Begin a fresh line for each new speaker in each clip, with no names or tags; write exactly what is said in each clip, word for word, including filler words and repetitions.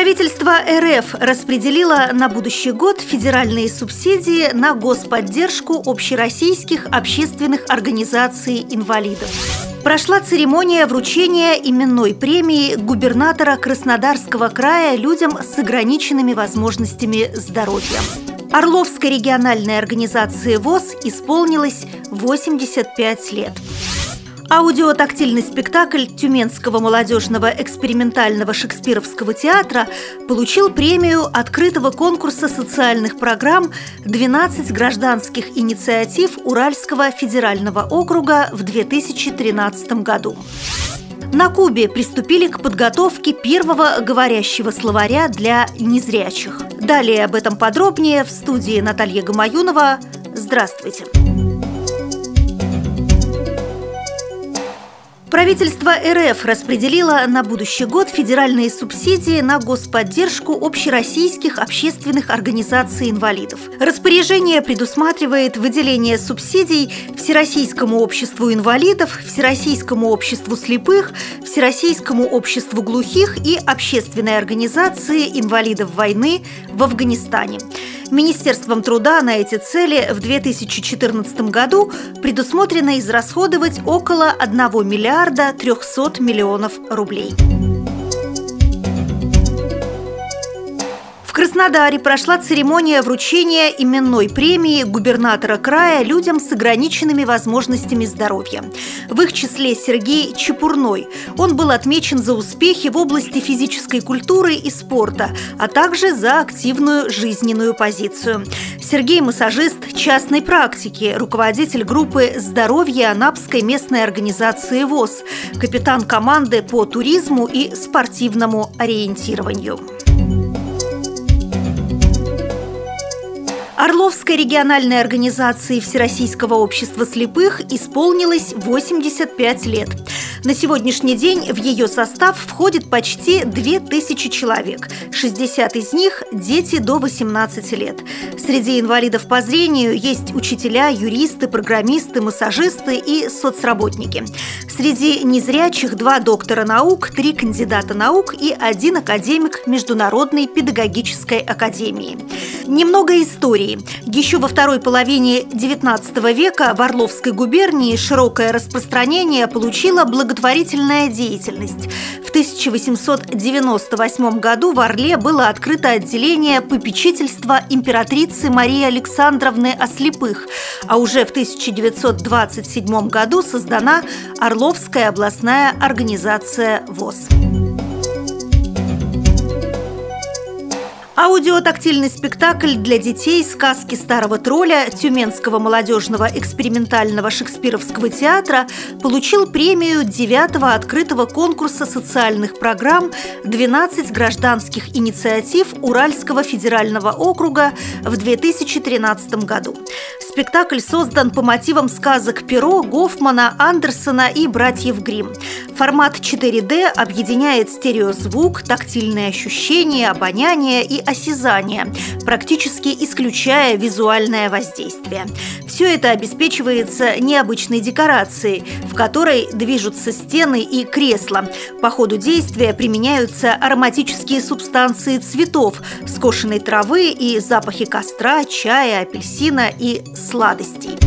Правительство эр эф распределило на будущий год федеральные субсидии на господдержку общероссийских общественных организаций инвалидов. Прошла церемония вручения именной премии губернатора Краснодарского края людям с ограниченными возможностями здоровья. Орловской региональной организации ВОС исполнилось восемьдесят пять лет. Аудиотактильный спектакль Тюменского молодежного экспериментального шекспировского театра получил премию открытого конкурса социальных программ «двенадцать гражданских инициатив Уральского федерального округа» в две тысячи тринадцатом году. На Кубе приступили к подготовке первого говорящего словаря для незрячих. Далее об этом подробнее в студии Наталья Гамаюнова. Здравствуйте! Правительство эр эф распределило на будущий год федеральные субсидии на господдержку общероссийских общественных организаций инвалидов. Распоряжение предусматривает выделение субсидий Всероссийскому обществу инвалидов, Всероссийскому обществу слепых, Всероссийскому обществу глухих и Общественной организации инвалидов войны в Афганистане. Министерством труда на эти цели в две тысячи четырнадцатом году предусмотрено израсходовать около одного миллиарда трехсот миллионов рублей. В Краснодаре прошла церемония вручения именной премии губернатора края людям с ограниченными возможностями здоровья. В их числе Сергей Чепурной. Он был отмечен за успехи в области физической культуры и спорта, а также за активную жизненную позицию. Сергей – массажист частной практики, руководитель группы здоровья Анапской местной организации ВОС, капитан команды по туризму и спортивному ориентированию. Орловской региональной организации Всероссийского общества слепых исполнилось восемьдесят пять лет. На сегодняшний день в ее состав входит почти две тысячи человек. шестьдесят из них – дети до восемнадцати лет. Среди инвалидов по зрению есть учителя, юристы, программисты, массажисты и соцработники. Среди незрячих два доктора наук, три кандидата наук и один академик Международной педагогической академии. Немного истории. Еще во второй половине девятнадцатого века в Орловской губернии широкое распространение получила благотворительная деятельность. В тысяча восемьсот девяносто восьмом году в Орле было открыто отделение попечительства императрицы Марии Александровны о слепых, а уже в тысяча девятьсот двадцать седьмом году создана Орловская областная организация ВОС. Аудиотактильный спектакль для детей «Сказки старого тролля» Тюменского молодежного экспериментального шекспировского театра получил премию девятого открытого конкурса социальных программ «двенадцать гражданских инициатив Уральского федерального округа» в две тысячи тринадцатом году. Спектакль создан по мотивам сказок Перо, Гофмана, Андерсона и братьев Гримм. Формат четыре дэ объединяет стереозвук, тактильные ощущения, обоняние и осязание, практически исключая визуальное воздействие. Все это обеспечивается необычной декорацией, в которой движутся стены и кресла. По ходу действия применяются ароматические субстанции цветов, скошенной травы и запахи костра, чая, апельсина и сладостей.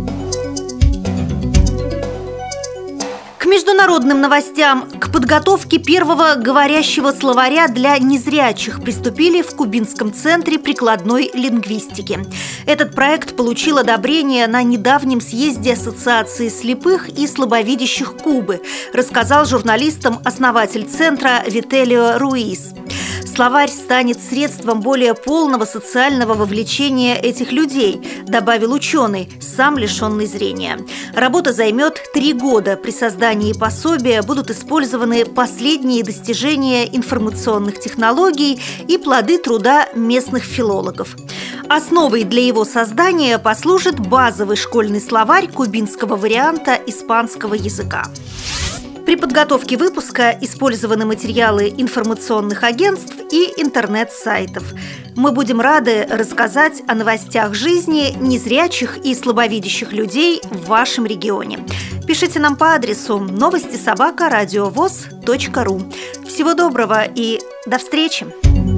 К международным новостям. К подготовке первого говорящего словаря для незрячих приступили в Кубинском центре прикладной лингвистики. Этот проект получил одобрение на недавнем съезде Ассоциации слепых и слабовидящих Кубы, рассказал журналистам основатель центра Вителио Руис. Словарь станет средством более полного социального вовлечения этих людей, добавил ученый, сам лишенный зрения. Работа займет три года. При создании пособия будут использованы последние достижения информационных технологий и плоды труда местных филологов. Основой для его создания послужит базовый школьный словарь кубинского варианта испанского языка. При подготовке выпуска использованы материалы информационных агентств и интернет-сайтов. Мы будем рады рассказать о новостях жизни незрячих и слабовидящих людей в вашем регионе. Пишите нам по адресу новости собака радиовоз точка ру. Всего доброго и до встречи!